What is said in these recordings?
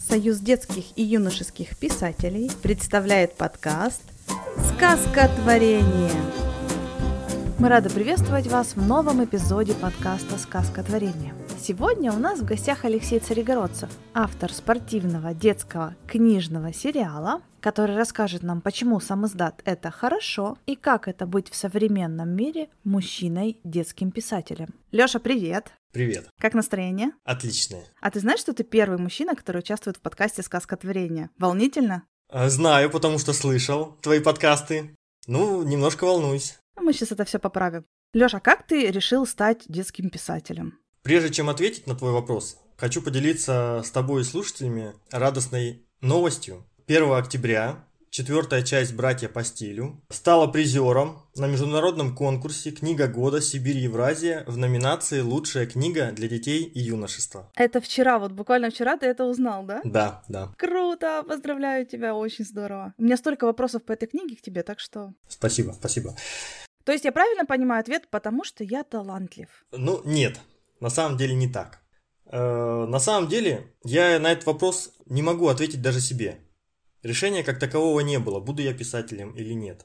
Союз детских и юношеских писателей представляет подкаст «Сказкотворение». Мы рады приветствовать вас в новом эпизоде подкаста «Сказкотворение». Сегодня у нас в гостях Алексей Царегородцев, автор спортивного детского книжного сериала, который расскажет нам, почему самиздат – это хорошо и как это быть в современном мире мужчиной детским писателем. Лёша, привет! Привет. Как настроение? Отличное. А ты знаешь, что ты первый мужчина, который участвует в подкасте «Сказкотворение»? Волнительно? Знаю, потому что слышал твои подкасты. Немножко волнуюсь. Мы сейчас это все поправим. Лёша, как ты решил стать детским писателем? Прежде чем ответить на твой вопрос, хочу поделиться с тобой и слушателями радостной новостью. 1 октября 4-я часть «Братья по стилю» стала призером на международном конкурсе «Книга года Сибирь-Евразия» в номинации «Лучшая книга для детей и юношества». Это вчера, буквально вчера ты это узнал, да? Да. Круто, поздравляю тебя, очень здорово. У меня столько вопросов по этой книге к тебе, так что... Спасибо. То есть я правильно понимаю ответ, потому что я талантлив? Нет, на самом деле не так. На самом деле я на этот вопрос не могу ответить даже себе. Решения как такового не было, буду я писателем или нет.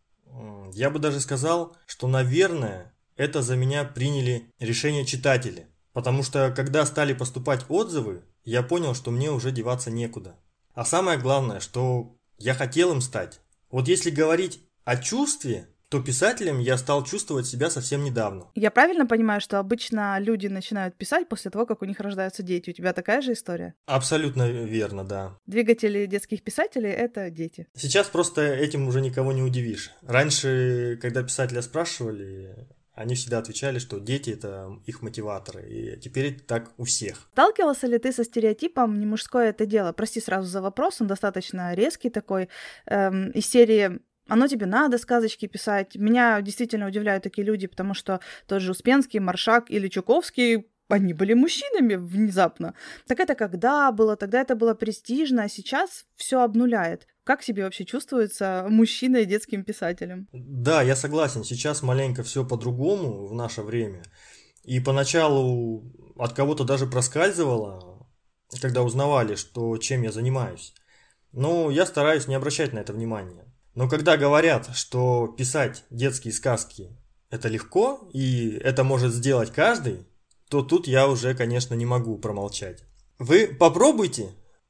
Я бы даже сказал, что, наверное, это за меня приняли решение читатели. Потому что, когда стали поступать отзывы, я понял, что мне уже деваться некуда. А самое главное, что я хотел им стать. Вот если говорить о чувстве, то писателем я стал чувствовать себя совсем недавно. Я правильно понимаю, что обычно люди начинают писать после того, как у них рождаются дети? У тебя такая же история? Абсолютно верно, да. Двигатели детских писателей — это дети. Сейчас просто этим уже никого не удивишь. Раньше, когда писателя спрашивали, они всегда отвечали, что дети — это их мотиваторы. И теперь так у всех. Сталкивался ли ты со стереотипом «не мужское это дело»? Прости сразу за вопрос, он достаточно резкий такой, из серии... Оно тебе надо сказочки писать. Меня действительно удивляют такие люди, потому что тот же Успенский, Маршак или Чуковский, они были мужчинами внезапно. Так это когда было? Тогда это было престижно, а сейчас все обнуляет. Как себе вообще чувствуется мужчина и детским писателем? Да, я согласен. Сейчас маленько все по-другому в наше время. И поначалу от кого-то даже проскальзывало, когда узнавали, чем я занимаюсь. Но я стараюсь не обращать на это внимания. Но когда говорят, что писать детские сказки это легко, и это может сделать каждый, то тут я уже, конечно, не могу промолчать. Вы попробуйте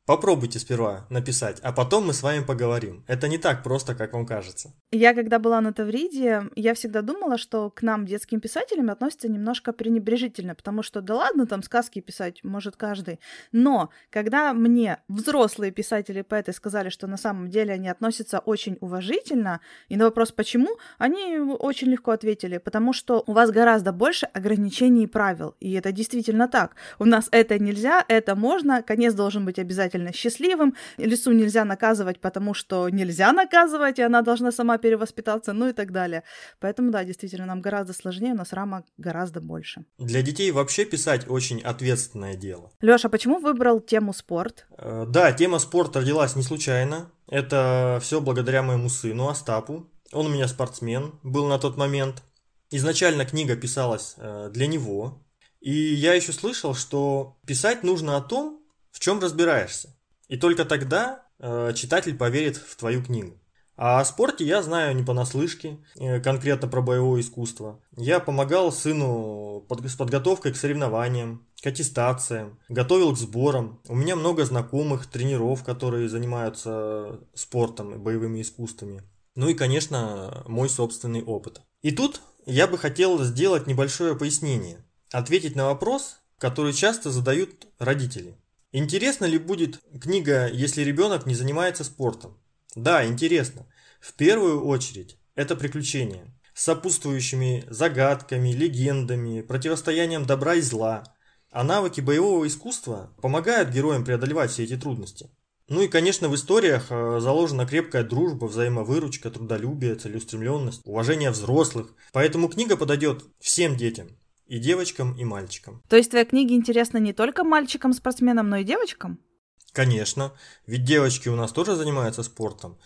сперва написать, а потом мы с вами поговорим. Это не так просто, как вам кажется. Я, когда была на Тавриде, я всегда думала, что к нам, детским писателям, относятся немножко пренебрежительно, потому что да ладно, там сказки писать может каждый. Но когда мне взрослые писатели и поэты сказали, что на самом деле они относятся очень уважительно, и на вопрос «почему?», они очень легко ответили, потому что у вас гораздо больше ограничений и правил, и это действительно так. У нас это нельзя, это можно, конец должен быть обязательно счастливым, лису нельзя наказывать, потому что нельзя наказывать, и она должна сама перевоспитаться, и так далее. Поэтому, да, действительно, нам гораздо сложнее, у нас рамок гораздо больше. Для детей вообще писать очень ответственное дело. Лёша, почему выбрал тему спорт? Да, тема спорт родилась не случайно. Это все благодаря моему сыну Остапу. Он у меня спортсмен был на тот момент. Изначально книга писалась для него. И я еще слышал, что писать нужно о том, в чем разбираешься. И только тогда читатель поверит в твою книгу. А о спорте я знаю не понаслышке, конкретно про боевое искусство. Я помогал сыну с подготовкой к соревнованиям, к аттестациям, готовил к сборам. У меня много знакомых, тренеров, которые занимаются спортом и боевыми искусствами. Ну и, конечно, мой собственный опыт. И тут я бы хотел сделать небольшое пояснение. Ответить на вопрос, который часто задают родители. Интересно ли будет книга, если ребенок не занимается спортом? Да, интересно. В первую очередь, это приключения с сопутствующими загадками, легендами, противостоянием добра и зла. А навыки боевого искусства помогают героям преодолевать все эти трудности. Ну и, конечно, в историях заложена крепкая дружба, взаимовыручка, трудолюбие, целеустремленность, уважение взрослых. Поэтому книга подойдет всем детям. И девочкам, и мальчикам. То есть твои книги интересны не только мальчикам-спортсменам, но и девочкам? Конечно, ведь девочки у нас тоже занимаются спортом.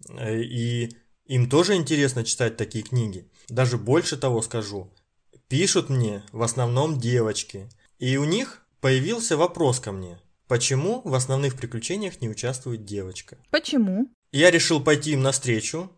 И им тоже интересно читать такие книги. Даже больше того скажу. Пишут мне в основном девочки. И у них появился вопрос ко мне. почему в основных приключениях не участвует девочка. Почему? Я решил пойти им навстречу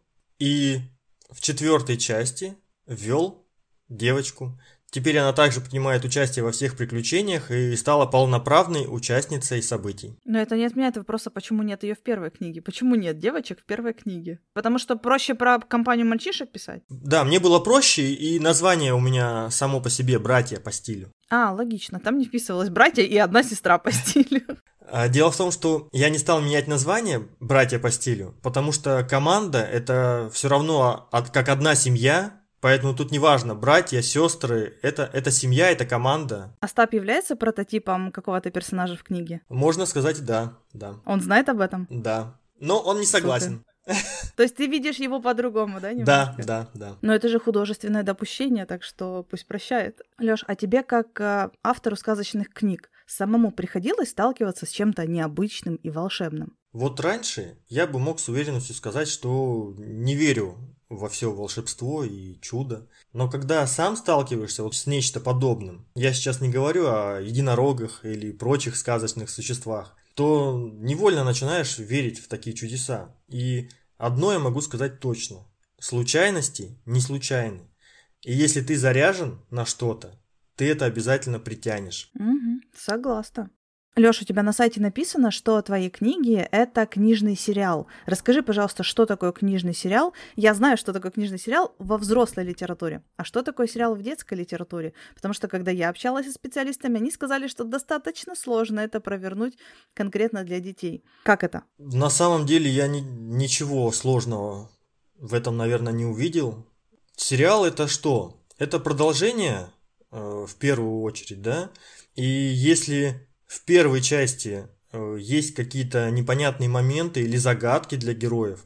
и в 4 части ввел девочку. Теперь она также принимает участие во всех приключениях и стала полноправной участницей событий. Но это не отменяет вопроса, почему нет ее в первой книге. Почему нет девочек в первой книге? Потому что проще про компанию мальчишек писать? Да, мне было проще, и название у меня само по себе «Братья по стилю». Логично. Там не вписывалось братья и одна сестра по стилю. Дело в том, что я не стал менять название «Братья по стилю», потому что команда — это все равно как одна семья. Поэтому тут не важно, братья, сестры, это семья, это команда. Остап является прототипом какого-то персонажа в книге? Можно сказать, да. Он знает об этом? Да. Но он не согласен. То есть ты видишь его по-другому, да? Немножко? Да. Но это же художественное допущение, так что пусть прощает. Лёш, а тебе, как автору сказочных книг, самому приходилось сталкиваться с чем-то необычным и волшебным? Вот раньше я бы мог с уверенностью сказать, что не верю во все волшебство и чудо. Но когда сам сталкиваешься вот с нечто подобным, я сейчас не говорю о единорогах или прочих сказочных существах, то невольно начинаешь верить в такие чудеса. И одно я могу сказать точно. Случайности не случайны. И если ты заряжен на что-то, ты это обязательно притянешь. Согласна. Лёш, у тебя на сайте написано, что твои книги — это книжный сериал. Расскажи, пожалуйста, что такое книжный сериал? Я знаю, что такое книжный сериал во взрослой литературе. А что такое сериал в детской литературе? Потому что, когда я общалась со специалистами, они сказали, что достаточно сложно это провернуть конкретно для детей. Как это? На самом деле я ничего сложного в этом, наверное, не увидел. Сериал — это что? Это продолжение, в первую очередь, да? И если в первой части есть какие-то непонятные моменты или загадки для героев,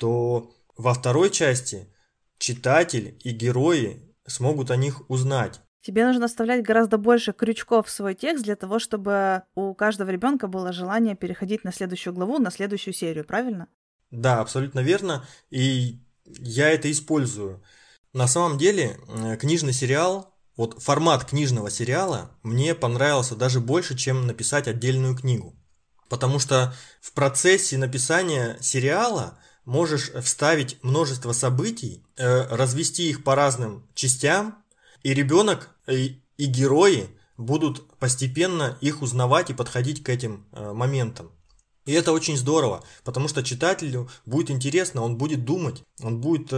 то во второй части читатель и герои смогут о них узнать. Тебе нужно оставлять гораздо больше крючков в свой текст для того, чтобы у каждого ребенка было желание переходить на следующую главу, на следующую серию, правильно? Да, абсолютно верно, и я это использую. На самом деле, книжный сериал, вот формат книжного сериала мне понравился даже больше, чем написать отдельную книгу. Потому что в процессе написания сериала можешь вставить множество событий, развести их по разным частям, и ребенок и герои будут постепенно их узнавать и подходить к этим моментам. И это очень здорово, потому что читателю будет интересно, он будет думать, он будет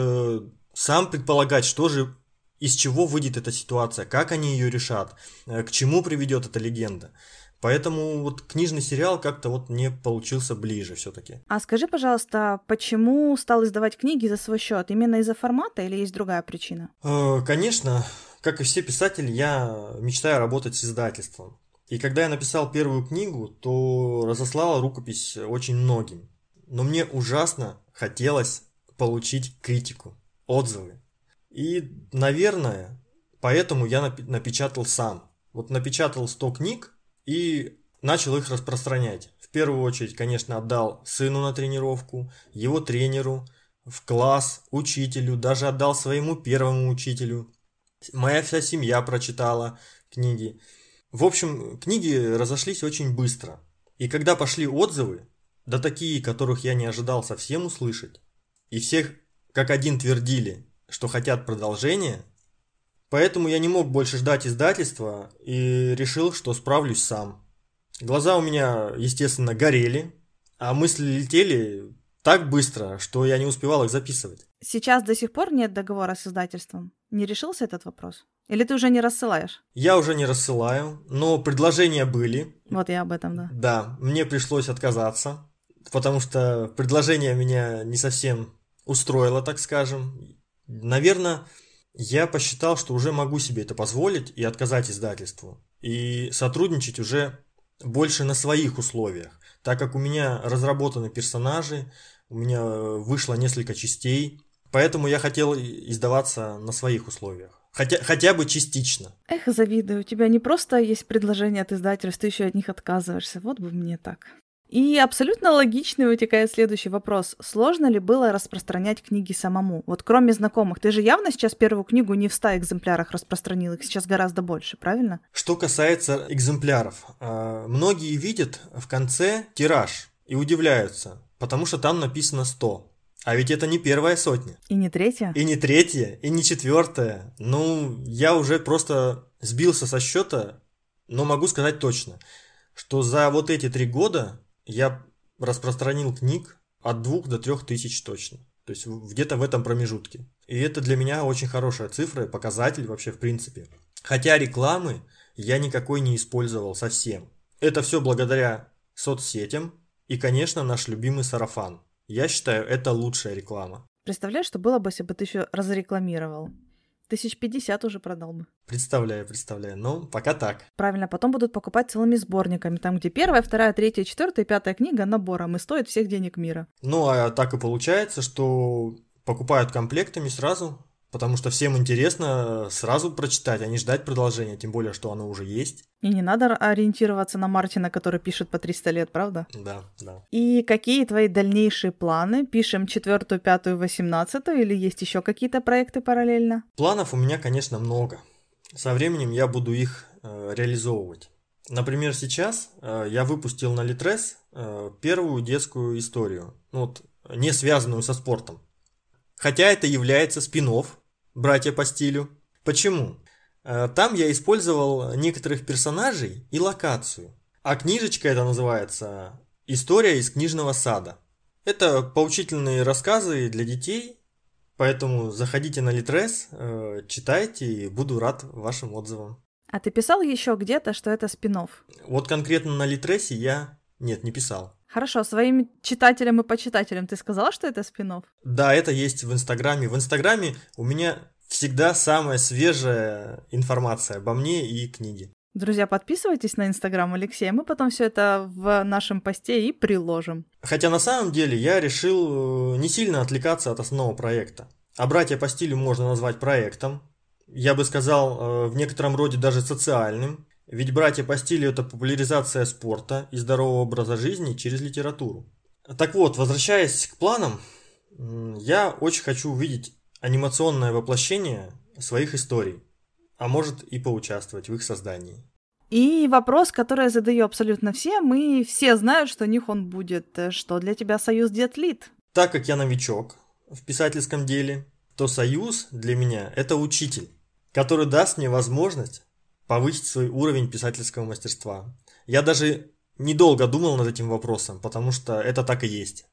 сам предполагать, что же, из чего выйдет эта ситуация, как они ее решат, к чему приведет эта легенда. Поэтому вот книжный сериал как-то вот мне получился ближе все-таки. А скажи, пожалуйста, почему стал издавать книги за свой счет? Именно из-за формата или есть другая причина? Конечно, как и все писатели, я мечтаю работать с издательством. И когда я написал первую книгу, то разослал рукопись очень многим. Но мне ужасно хотелось получить критику, отзывы. И, наверное, поэтому я напечатал сам. Вот напечатал 100 книг и начал их распространять. В первую очередь, конечно, отдал сыну на тренировку, его тренеру, в класс, учителю, даже отдал своему первому учителю. Моя вся семья прочитала книги. В общем, книги разошлись очень быстро. И когда пошли отзывы, да такие, которых я не ожидал совсем услышать, и всех как один твердили, что хотят продолжения, поэтому я не мог больше ждать издательства и решил, что справлюсь сам. Глаза у меня, естественно, горели, а мысли летели так быстро, что я не успевал их записывать. Сейчас до сих пор нет договора с издательством? Не решился этот вопрос? Или ты уже не рассылаешь? Я уже не рассылаю, но предложения были. Вот я об этом, да. Да, мне пришлось отказаться, потому что предложение меня не совсем устроило, так скажем. Наверное, я посчитал, что уже могу себе это позволить и отказать издательству. И сотрудничать уже больше на своих условиях. Так как у меня разработаны персонажи, у меня вышло несколько частей, поэтому я хотел издаваться на своих условиях. Хотя бы частично. Эх, завидую. У тебя не просто есть предложение от издательств, ты еще от них отказываешься. Вот бы мне так. И абсолютно логичный вытекает следующий вопрос. Сложно ли было распространять книги самому? Вот кроме знакомых, ты же явно сейчас первую книгу не в 100 экземплярах распространил, их сейчас гораздо больше, правильно? Что касается экземпляров, многие видят в конце тираж и удивляются, потому что там написано 100. А ведь это не первая сотня. И не третья? И не третья, и не четвертая. Ну, я уже просто сбился со счета, но могу сказать точно, что за вот эти 3 года я распространил книг от 2 до 3 тысяч точно. То есть где-то в этом промежутке. И это для меня очень хорошая цифра и показатель вообще в принципе. Хотя рекламы я никакой не использовал совсем. Это все благодаря соцсетям и, конечно, наш любимый сарафан. Я считаю, это лучшая реклама. Представляешь, что было бы, если бы ты еще разрекламировал? 1050 уже продал бы. Представляю. Но пока так. Правильно, потом будут покупать целыми сборниками. Там, где 1, 2, 3, 4, 5 книга набором и стоит всех денег мира. Ну, а так и получается, что покупают комплектами сразу, потому что всем интересно сразу прочитать, а не ждать продолжения, тем более, что оно уже есть. И не надо ориентироваться на Мартина, который пишет по 300 лет, правда? Да. И какие твои дальнейшие планы? Пишем 4, 5, 18 или есть еще какие-то проекты параллельно? Планов у меня, конечно, много. Со временем я буду их реализовывать. Например, сейчас я выпустил на Литрес первую детскую историю, не связанную со спортом. Хотя это является спин-офф «Братья по стилю». Почему? Там я использовал некоторых персонажей и локацию. А книжечка это называется «История из книжного сада». Это поучительные рассказы для детей, поэтому заходите на Литрес, читайте, и буду рад вашим отзывам. А ты писал еще где-то, что это спин-офф? Вот конкретно на Литресе я не писал. Хорошо, своим читателям и почитателям ты сказала, что это спин-офф? Да, это есть в Инстаграме. В Инстаграме у меня всегда самая свежая информация обо мне и книге. Друзья, подписывайтесь на Инстаграм Алексея, мы потом все это в нашем посте и приложим. Хотя на самом деле я решил не сильно отвлекаться от основного проекта. А «Братья по стилю» можно назвать проектом. Я бы сказал, в некотором роде даже социальным. Ведь «Братья по стилю» — это популяризация спорта и здорового образа жизни через литературу. Так вот, возвращаясь к планам, я очень хочу увидеть анимационное воплощение своих историй, а может и поучаствовать в их создании. И вопрос, который я задаю абсолютно всем, и все знают, что у них он будет. Что для тебя Союз Детлит? Так как я новичок в писательском деле, то Союз для меня — это учитель, который даст мне возможность повысить свой уровень писательского мастерства. Я даже недолго думал над этим вопросом, потому что это так и есть.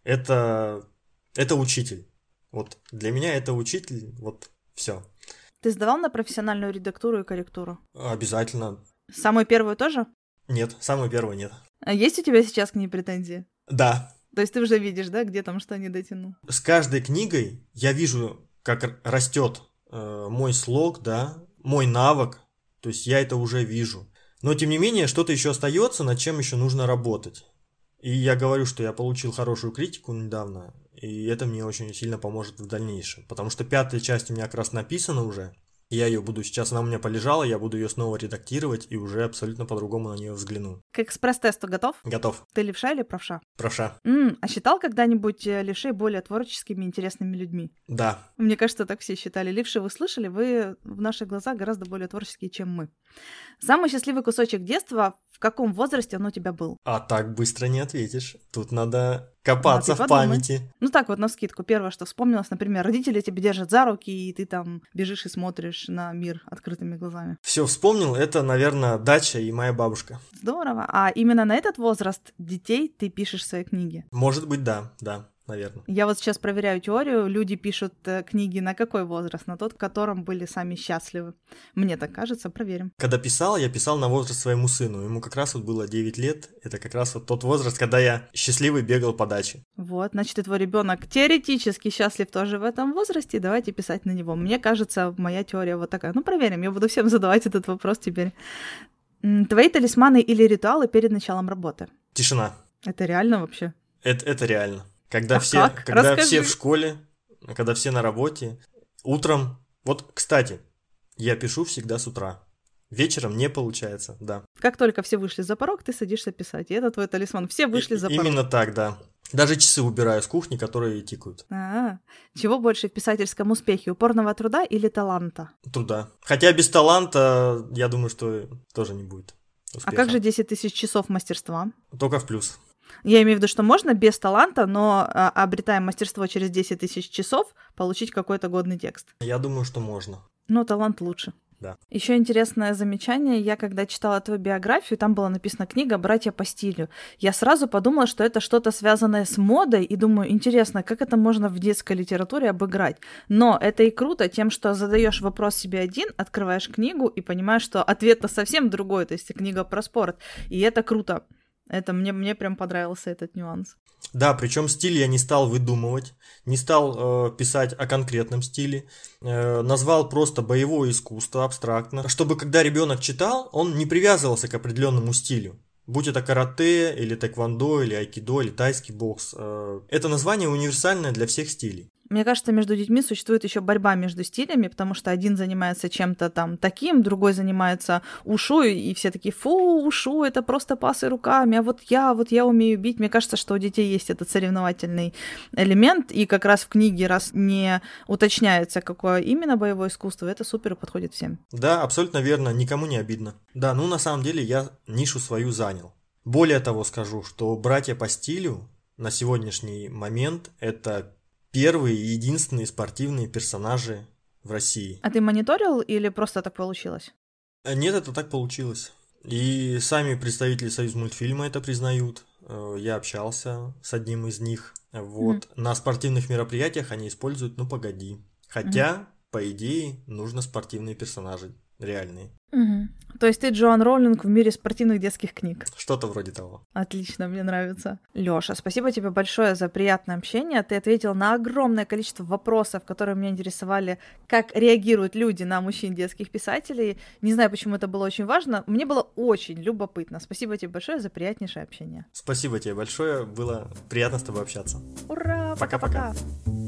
Это учитель. Вот для меня это учитель, вот все. Ты сдавал на профессиональную редактуру и корректуру? Обязательно. Самую первую тоже? Нет, самую первую нет. А есть у тебя сейчас к ней претензии? Да. То есть ты уже видишь, да, где там что не дотянул? С каждой книгой я вижу, как растет мой слог, да, мой навык. То есть я это уже вижу. Но тем не менее, что-то еще остается, над чем еще нужно работать. И я говорю, что я получил хорошую критику недавно, и это мне очень сильно поможет в дальнейшем. Потому что 5-я часть у меня как раз написана уже. Я ее буду сейчас, она у меня полежала, я буду ее снова редактировать и уже абсолютно по-другому на нее взгляну. К экспресс-тесту готов? Готов. Ты левша или правша? Правша. А считал когда-нибудь левшей более творческими и интересными людьми? Да. Мне кажется, так все считали. Левши, вы слышали, вы в наших глазах гораздо более творческие, чем мы. Самый счастливый кусочек детства, в каком возрасте он у тебя был? А так быстро не ответишь. Тут надо копаться в памяти. Ну так вот, навскидку. Первое, что вспомнилось, например, родители тебя держат за руки, и ты там бежишь и смотришь на мир открытыми глазами. Все вспомнил, это, наверное, дача и моя бабушка. Здорово. А именно на этот возраст детей ты пишешь свои книги? Может быть, да, наверное. Я вот сейчас проверяю теорию. Люди пишут книги на какой возраст? На тот, в котором были сами счастливы. Мне так кажется, проверим. Когда писал, я писал на возраст своему сыну. Ему как раз вот было 9 лет. Это как раз вот тот возраст, когда я счастливый бегал по даче. Вот, значит, и твой ребенок теоретически счастлив тоже в этом возрасте. Давайте писать на него. Мне кажется, моя теория вот такая. Ну, проверим. Я буду всем задавать этот вопрос теперь. Твои талисманы или ритуалы перед началом работы? Тишина. Это реально вообще? Это реально. Когда как? Когда все в школе, когда все на работе, утром. Вот, кстати, я пишу всегда с утра. Вечером не получается, да. Как только все вышли за порог, ты садишься писать. И это твой талисман. Все вышли за порог. Именно так, да. Даже часы убираю с кухни, которые тикают. Чего больше в писательском успехе? Упорного труда или таланта? Труда. Хотя без таланта, я думаю, что тоже не будет успеха. А как же 10 тысяч часов мастерства? Только в плюс. Я имею в виду, что можно без таланта, но обретая мастерство через 10 тысяч часов, получить какой-то годный текст. Я думаю, что можно. Но талант лучше. Да. Еще интересное замечание. Я когда читала твою биографию, там была написана книга «Братья по стилю». Я сразу подумала, что это что-то связанное с модой, и думаю, интересно, как это можно в детской литературе обыграть. Но это и круто тем, что задаешь вопрос себе один, открываешь книгу и понимаешь, что ответ-то совсем другой, то есть книга про спорт. И это круто. Это мне прям понравился этот нюанс. Да, причем стиль я не стал выдумывать, не стал писать о конкретном стиле, назвал просто боевое искусство абстрактно, чтобы когда ребенок читал, он не привязывался к определенному стилю. Будь это карате, или тэквондо, или айкидо, или тайский бокс. Это название универсальное для всех стилей. Мне кажется, между детьми существует еще борьба между стилями, потому что один занимается чем-то там таким, другой занимается ушу, и все такие: фу, ушу, это просто пасы руками, а вот я умею бить. Мне кажется, что у детей есть этот соревновательный элемент, и как раз в книге, раз не уточняется, какое именно боевое искусство, это супер подходит всем. Да, абсолютно верно, никому не обидно. Да, на самом деле я нишу свою занял. Более того скажу, что «Братья по стилю» на сегодняшний момент это первые и единственные спортивные персонажи в России. А ты мониторил или просто так получилось? Нет, это так получилось. И сами представители Союзмультфильма это признают. Я общался с одним из них. Вот. На спортивных мероприятиях они используют «Ну погоди». Хотя, по идее, нужно спортивные персонажи. Реальные. То есть ты Джоан Роулинг в мире спортивных детских книг. Что-то вроде того. Отлично, мне нравится. Лёша, спасибо тебе большое за приятное общение. Ты ответил на огромное количество вопросов, которые меня интересовали, как реагируют люди на мужчин детских писателей. Не знаю, почему это было очень важно. Мне было очень любопытно. Спасибо тебе большое за приятнейшее общение. Спасибо тебе большое. Было приятно с тобой общаться. Ура! Пока-пока!